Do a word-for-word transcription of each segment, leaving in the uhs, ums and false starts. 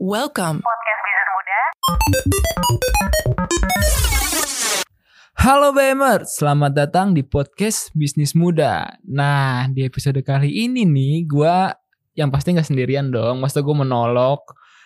Welcome. Podcast Bisnis Muda. Halo B M R, selamat datang di podcast Bisnis Muda. Nah, di episode kali ini nih, gue yang pasti gak sendirian dong. Maksudnya gue menolok.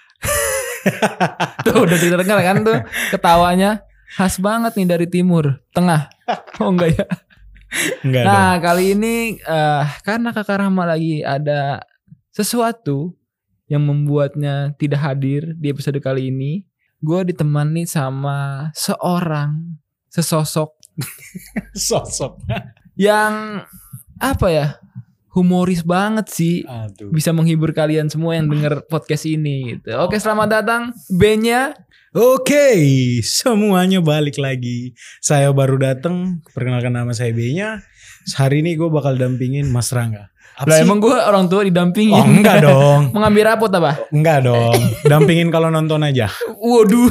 Tuh udah didengar kan tuh ketawanya. Khas banget nih dari timur, tengah. Oh enggak ya? Enggak Nah, dong. kali ini uh, karena Kakak Rahma lagi ada sesuatu yang membuatnya tidak hadir di episode kali ini, gue ditemani sama seorang sesosok Sosok. yang apa ya, humoris banget sih, Aduh. bisa menghibur kalian semua yang denger podcast ini gitu. Oke, selamat datang B-nya. Oke, semuanya balik lagi. Saya baru datang, perkenalkan nama saya B-nya. Hari ini gue bakal dampingin Mas Rangga. Apa Lah sih? emang gue orang tua didampingin. Oh enggak dong. Mengambil rapot apa? Enggak dong. Dampingin kalau nonton aja. Waduh.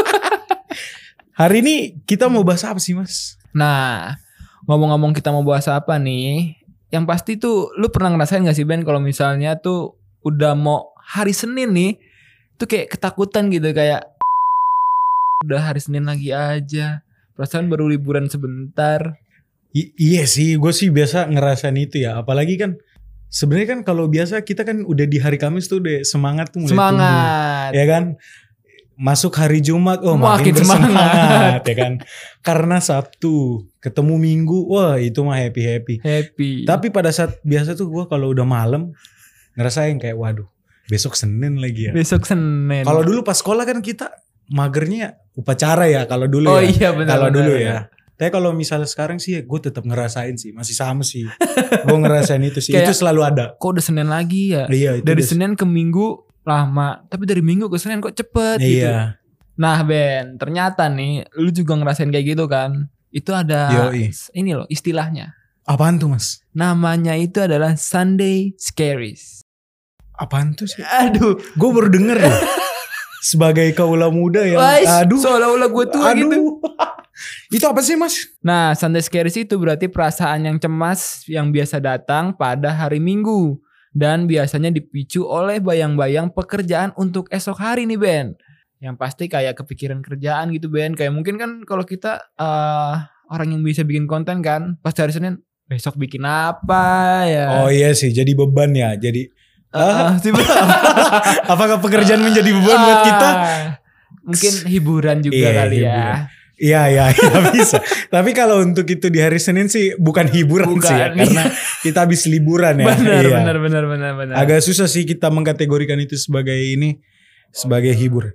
Hari ini kita mau bahas apa sih Mas? Nah, ngomong-ngomong kita mau bahas apa nih? Yang pasti tuh lu pernah ngerasain gak sih Ben kalau misalnya tuh udah mau hari Senin nih, tuh kayak ketakutan gitu, kayak udah hari Senin lagi aja, perasaan baru liburan sebentar. I- iya sih, gue sih biasa ngerasain itu ya. Apalagi kan sebenarnya kan kalau biasa kita kan udah di hari Kamis tuh udah semangat tuh mulai Semangat. tumbuh, ya kan? Masuk hari Jumat, oh Makin makin, bersemangat, semangat. ya kan? Karena Sabtu ketemu Minggu, wah itu mah happy happy. Happy. Tapi pada saat biasa tuh gue kalau udah malam ngerasain kayak waduh besok Senin lagi ya. besok Senin. Kalau dulu pas sekolah kan kita magernya upacara ya kalau dulu Oh ya. iya benar. Kalau benar, dulu benar. ya. Tapi kalau misalnya sekarang sih gue tetap ngerasain sih, masih sama sih. Gue ngerasain itu sih, Kayak- itu selalu ada. Kok udah Senin lagi ya? Iya, itu Dari udah- Senin ke Minggu lama, tapi dari Minggu ke Senin kok cepet gitu. Iya. Nah Ben, ternyata nih lu juga ngerasain kayak gitu kan. Itu ada Yoi. ini loh istilahnya. Apaan tuh Mas? Namanya itu adalah Sunday Scaries. Apaan tuh sih? Aduh. Gue baru denger loh. Sebagai kaula muda yang Wais, aduh. seolah-olah gue tua aduh. gitu. Itu apa sih Mas? Nah Sunday Scaries itu berarti perasaan yang cemas yang biasa datang pada hari Minggu. Dan biasanya dipicu oleh bayang-bayang pekerjaan untuk esok hari nih Ben. Yang pasti kayak kepikiran kerjaan gitu Ben. Kayak mungkin kan kalau kita uh, orang yang bisa bikin konten kan, pas hari Senin besok bikin apa ya. Oh iya sih, jadi beban ya. Jadi Uh, sih, apakah pekerjaan menjadi beban buat kita? Ah, mungkin hiburan juga Iya, kali ya. hiburan. Iya iya iya bisa. Tapi kalau untuk itu di hari Senin sih bukan hiburan Bukan, sih ya, karena kita habis liburan ya. Benar, Iya. benar, benar, benar, benar. Agak susah sih kita mengkategorikan itu sebagai ini sebagai hibur.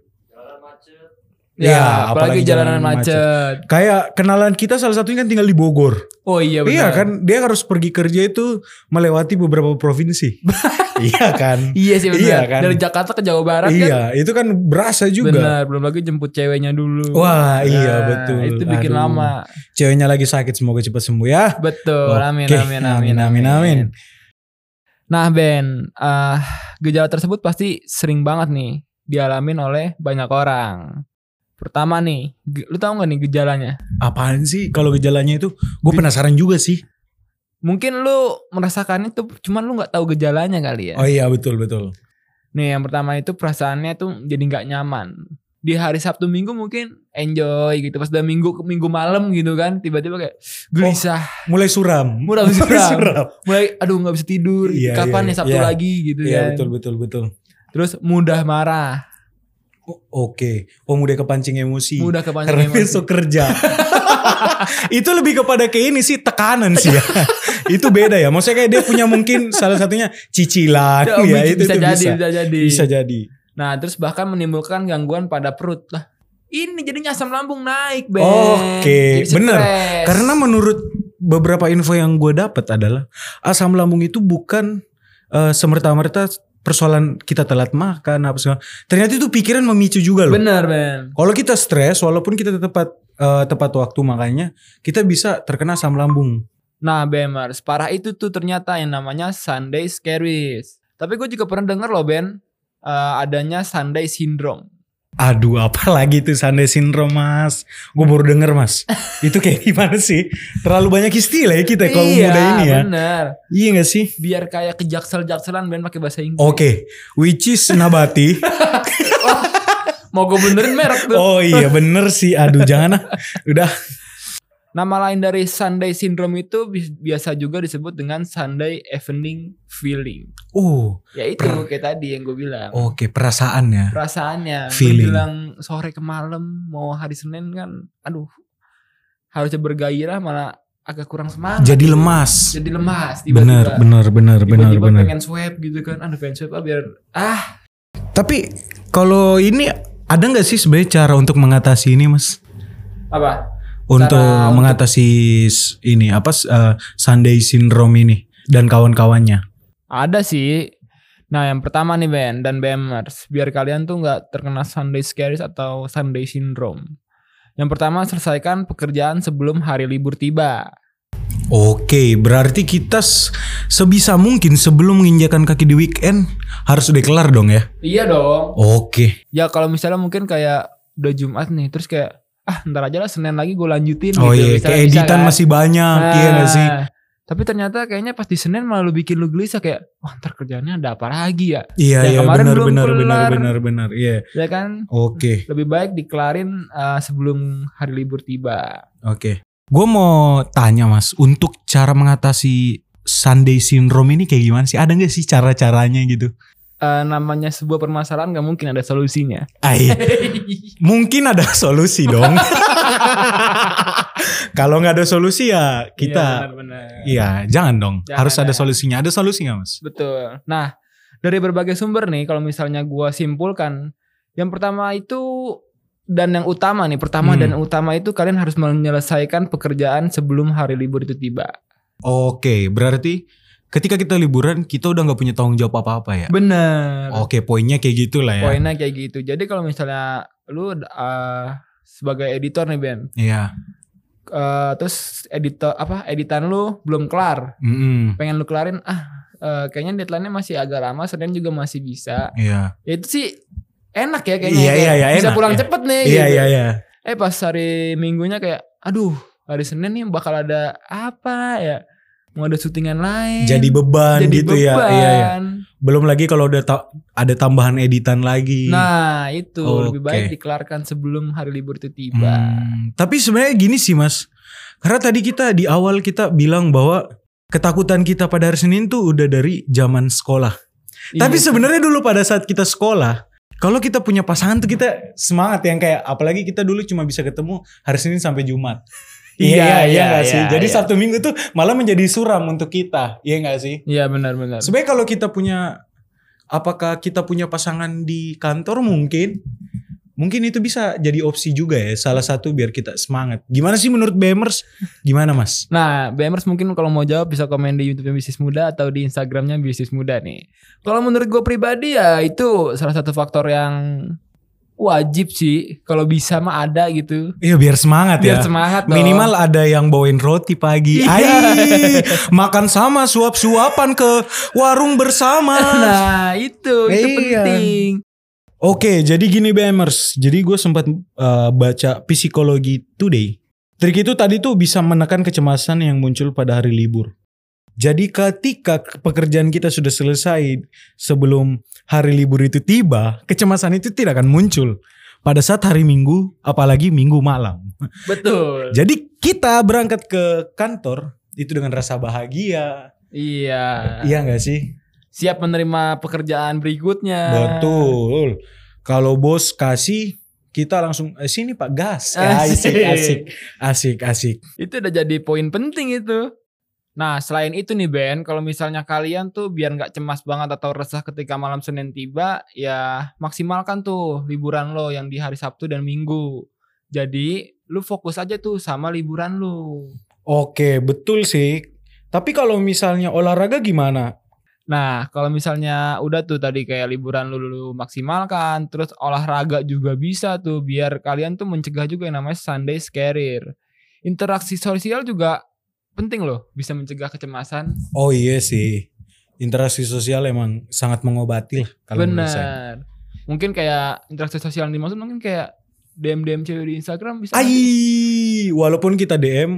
Ya, Iya, apalagi, apalagi jalanan jalanan macet. Kayak kenalan kita salah satunya kan tinggal di Bogor. Oh iya benar. Iya kan, dia harus pergi kerja itu melewati beberapa provinsi. Iya kan? Iya sih benar. Iya kan? Dari Jakarta ke Jawa Barat kan. Iya, itu kan berasa juga. Benar, belum lagi jemput ceweknya dulu. Wah, iya Nah, betul. Itu bikin Aduh. lama. Ceweknya lagi sakit, semoga cepat sembuh ya. Betul. Oke. Amin, amin, amin, Amin, amin, amin. Nah Ben, uh, gejala tersebut pasti sering banget nih dialamin oleh banyak orang. Pertama nih, ge- lu tahu gak nih gejalanya? Apaan sih kalau gejalanya itu? Gue penasaran juga sih. Mungkin lu merasakan itu, cuman lu gak tahu gejalanya kali ya. Oh iya betul betul. Nih yang pertama itu perasaannya tuh jadi gak nyaman. Di hari Sabtu Minggu mungkin enjoy gitu. Pas udah minggu minggu malam gitu kan, tiba-tiba kayak gelisah. Mulai suram. Mulai suram. Mulai aduh gak bisa tidur. Iya, Kapan iya, nih Sabtu iya. lagi gitu Iya kan. betul betul betul. Terus mudah marah. O- Oke. Oh mudah kepancing emosi. Mudah kepancing Karena emosi. besok kerja. Itu lebih kepada ke ini sih tekanan sih ya. Itu beda ya. Maksudnya kayak dia punya mungkin salah satunya cicilan Oh, ya. bisa, Itu bisa tuh jadi, bisa. bisa jadi. Bisa jadi. Nah, terus bahkan menimbulkan gangguan pada perut lah. Ini jadinya asam lambung naik, Ben. Oke, Jadi bener. stres. Karena menurut beberapa info yang gue dapat adalah asam lambung itu bukan uh, semerta-merta persoalan kita telat makan apa segala. Ternyata itu pikiran memicu juga loh. Bener, Ben. Kalau kita stres, walaupun kita tepat uh, tepat waktu makannya, kita bisa terkena asam lambung. Nah, Bemer, separah itu tuh ternyata yang namanya Sunday Scaries. Tapi gue juga pernah denger loh, Ben, uh, adanya Sunday Syndrome. Aduh, apa lagi tuh Sunday Syndrome Mas? Gue baru denger Mas. Itu kayak gimana sih? Terlalu banyak istilah ya kita kalau Iya, muda ini ya. bener. Iya gak sih? Biar kayak kejaksel-jakselan Ben pakai bahasa Inggris. Oke, which is nabati. Mau gue benerin merek tuh. Oh iya bener sih. Aduh jangan ah. Udah. Nama lain dari Sunday Syndrome itu biasa juga disebut dengan Sunday Evening Feeling. Oh. Ya itu per- kayak tadi yang gue bilang. Oke, perasaannya. Perasaannya. Feeling. Menjelang sore ke malam mau hari Senin kan, aduh, harusnya bergairah malah agak kurang semangat. Jadi lemas. Jadi lemas. Tiba-tiba, bener, bener, bener, bener, tiba-tiba bener. pengen swipe gitu kan, aduh pengen swipe ah biar ah. Tapi kalau ini ada nggak sih sebenarnya cara untuk mengatasi ini, Mas? Apa? Untuk Cara mengatasi untuk... ini apa uh, Sunday Syndrome ini dan kawan-kawannya. Ada sih. Nah yang pertama nih Ben dan Bemers, biar kalian tuh nggak terkena Sunday Scaries atau Sunday Syndrome. Yang pertama, selesaikan pekerjaan sebelum hari libur tiba. Oke, berarti kita sebisa mungkin sebelum menginjakan kaki di weekend harus udah kelar dong ya? Iya dong. Oke. Ya kalau misalnya mungkin kayak udah Jumat nih, terus kayak ah ntar aja lah Senin lagi gue lanjutin oh gitu. Oh iya, kayak editan kan? Masih banyak, nah, iya gak sih? Tapi ternyata kayaknya pas di Senin malah lu bikin lu gelisah kayak, wah ntar kerjaannya ada apa lagi ya? Iya iya benar benar benar benar benar iya. Ya kan? Oke. Okay. Lebih baik dikelarin uh, sebelum hari libur tiba. Oke. Okay. Gue mau tanya Mas, untuk cara mengatasi Sunday Syndrome ini kayak gimana sih? Ada gak sih cara-caranya gitu? Uh, namanya sebuah permasalahan gak mungkin ada solusinya. Ay, mungkin ada solusi dong. Kalau gak ada solusi ya kita, iya jangan dong. Jangan harus ada, ada solusinya. Ada solusi gak Mas? Betul. Nah dari berbagai sumber nih, kalau misalnya gue simpulkan, yang pertama itu dan yang utama nih, pertama hmm. dan utama itu kalian harus menyelesaikan pekerjaan sebelum hari libur itu tiba. Oke, berarti ketika kita liburan kita udah gak punya tanggung jawab apa-apa ya? Bener. Oke, poinnya kayak gitu lah ya. Poinnya kayak gitu. Jadi kalau misalnya lu uh, sebagai editor nih Ben, iya. Uh, terus editor apa editan lu belum kelar, mm-hmm. pengen lu kelarin ah uh, kayaknya deadline-nya masih agak lama, Senin juga masih bisa. Iya. Ya itu sih enak ya kayaknya. Iya, kayak iya, bisa enak, pulang ya. cepet nih. Iya gitu. iya iya. Eh pas hari Minggunya kayak, aduh hari Senin nih bakal ada apa ya? Mau ada syutingan lain. Jadi beban Jadi gitu beban. ya. Iya, iya. Belum lagi kalau udah ta- ada tambahan editan lagi. Nah itu okay. lebih baik dikelarkan sebelum hari libur itu tiba. Hmm, tapi sebenarnya gini sih Mas. Karena tadi kita di awal kita bilang bahwa ketakutan kita pada hari Senin tuh udah dari zaman sekolah. Iya, tapi sebenarnya dulu pada saat kita sekolah, kalau kita punya pasangan tuh kita semangat yang kayak apalagi kita dulu cuma bisa ketemu hari Senin sampai Jumat. Iya, iya, iya gak iya, sih? iya, Jadi iya. Sabtu Minggu tuh malah menjadi suram untuk kita. Iya gak sih? Iya benar-benar. Sebenarnya kalau kita punya, apakah kita punya pasangan di kantor mungkin? Mungkin itu bisa jadi opsi juga ya. Salah satu biar kita semangat. Gimana sih menurut Bemers? Gimana Mas? Nah Bemers mungkin kalau mau jawab bisa komen di YouTube Bisnis Muda atau di Instagramnya Bisnis Muda nih. Kalau menurut gue pribadi ya itu salah satu faktor yang wajib sih, kalau bisa mah ada gitu. Iya biar semangat biar ya. Semangat dong. Minimal ada yang bawain roti pagi. Iya. Ay, makan sama suap-suapan ke warung bersama. Nah itu, itu iya. penting. Oke, jadi gini Bemers. Jadi gue sempat uh, baca Psikologi Today. Trik itu tadi tuh bisa menekan kecemasan yang muncul pada hari libur. Jadi ketika pekerjaan kita sudah selesai sebelum hari libur itu tiba, kecemasan itu tidak akan muncul pada saat hari Minggu, apalagi Minggu malam. Betul. Jadi kita berangkat ke kantor itu dengan rasa bahagia. Iya. Iya gak sih? Siap menerima pekerjaan berikutnya. Betul. Kalau bos kasih, kita langsung eh, sini Pak gas. Asik, asik, asik, asik. Itu udah jadi poin penting itu. Nah selain itu nih Ben, kalau misalnya kalian tuh biar gak cemas banget atau resah ketika malam Senin tiba, ya maksimalkan tuh liburan lo yang di hari Sabtu dan Minggu. Jadi lu fokus aja tuh sama liburan lu. Oke betul sih. Tapi kalau misalnya olahraga gimana? Nah kalau misalnya udah tuh tadi kayak liburan lu, lu maksimalkan, terus olahraga juga bisa tuh biar kalian tuh mencegah juga yang namanya Sunday Scaries. Interaksi sosial juga penting loh, bisa mencegah kecemasan. Oh iya sih, interaksi sosial emang sangat mengobati lah. Benar. Mungkin kayak interaksi sosial yang dimaksud mungkin kayak D M D M cewek di Instagram bisa. Ai, walaupun kita D M,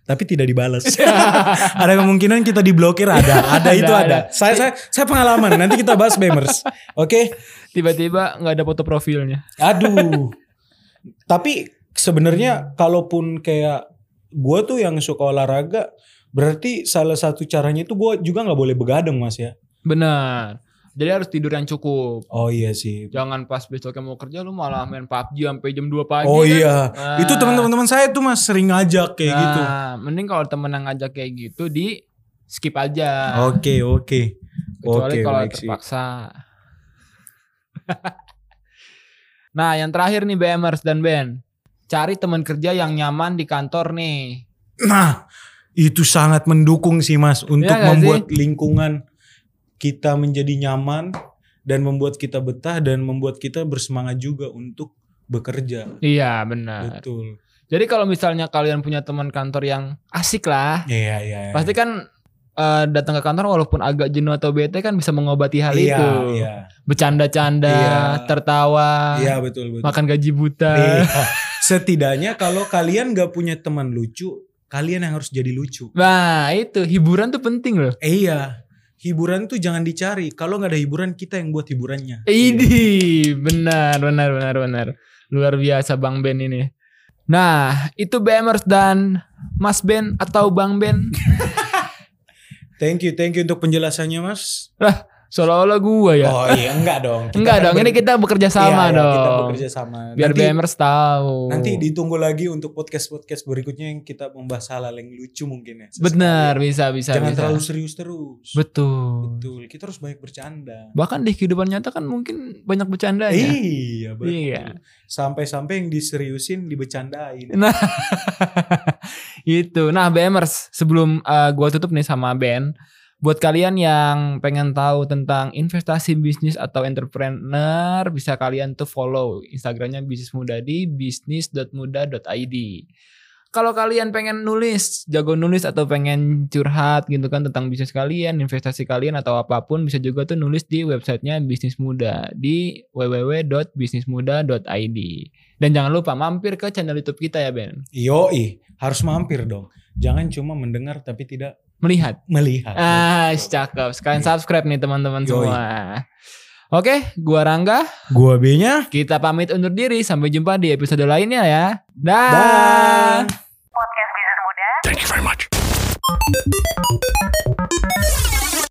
tapi tidak dibalas. Ada kemungkinan kita diblokir, ada, ada itu Ada, ada. ada. Saya saya saya pengalaman. Nanti kita bahas Bemers. Oke. Tiba-tiba nggak ada foto profilnya. Aduh. Tapi sebenarnya kalaupun kayak gue tuh yang suka olahraga, berarti salah satu caranya itu gue juga nggak boleh begadang Mas ya. Benar. Jadi harus tidur yang cukup. Oh iya sih. Jangan pas besoknya mau kerja lu malah main P U B G sampai jam dua pagi. Oh kan? iya. Nah, Itu teman-teman saya tuh Mas sering ngajak kayak nah, gitu. mending kalau temen yang ngajak kayak gitu di skip aja. Oke oke. Kecuali Oke, kalau baik sih. terpaksa. Nah, yang terakhir nih B Mers dan Ben. Cari teman kerja yang nyaman di kantor nih. Nah, itu sangat mendukung sih Mas untuk Iya nggak membuat lingkungan kita menjadi nyaman dan membuat kita betah dan membuat kita bersemangat juga untuk bekerja. Iya, benar. Betul. Jadi kalau misalnya kalian punya teman kantor yang asik lah, Iya iya. iya. pasti kan eh, datang ke kantor walaupun agak jenuh atau bete kan bisa mengobati hal iya, itu. Iya. Bercanda-canda, Iya. tertawa, Iya betul betul. makan gaji buta. Iya. Setidaknya kalau kalian gak punya teman lucu, kalian yang harus jadi lucu. Nah, itu hiburan tuh penting loh. Eh, iya. Hiburan tuh jangan dicari. Kalau nggak ada hiburan, kita yang buat hiburannya. Idi, benar, benar, benar, benar. Luar biasa Bang Ben ini. Nah, itu Bemers dan Mas Ben atau Bang Ben. Thank you, thank you untuk penjelasannya Mas. Lah, seolah-olah gua ya. Oh iya, enggak dong. Kita Enggak kan dong, ber- ini kita bekerja sama Iya, iya, dong. kita bekerja sama. Biar nanti, Bemers tahu. nanti ditunggu lagi untuk podcast-podcast berikutnya yang kita membahas hal-hal yang lucu mungkin ya. Benar, Sesekali. bisa, bisa, Jangan bisa. terlalu serius terus. Betul. Betul, kita harus banyak bercanda. Bahkan di kehidupan nyata kan mungkin banyak bercandanya. Iya, betul. Iya. Sampai-sampai yang diseriusin dibecandain. Nah, itu. Nah, Bemers, sebelum uh, gua tutup nih sama Ben, buat kalian yang pengen tahu tentang investasi bisnis atau entrepreneur, bisa kalian tuh follow Instagramnya Bisnis Muda di bisnis dot muda dot i d. Kalau kalian pengen nulis, jago nulis atau pengen curhat gitu kan tentang bisnis kalian, investasi kalian atau apapun, bisa juga tuh nulis di websitenya Bisnis Muda di w w w dot bisnis muda dot i d. Dan jangan lupa mampir ke channel YouTube kita ya Ben. Yoi, harus mampir dong. Jangan cuma mendengar tapi tidak Melihat. melihat. Ah, cakep. Sekalian subscribe nih teman-teman Yoi. semua. Oke, gua Rangga. Gua B-nya. Kita pamit undur diri. Sampai jumpa di episode lainnya ya. Dah. Dah. Podcast Bisnis Muda. Thank you very much.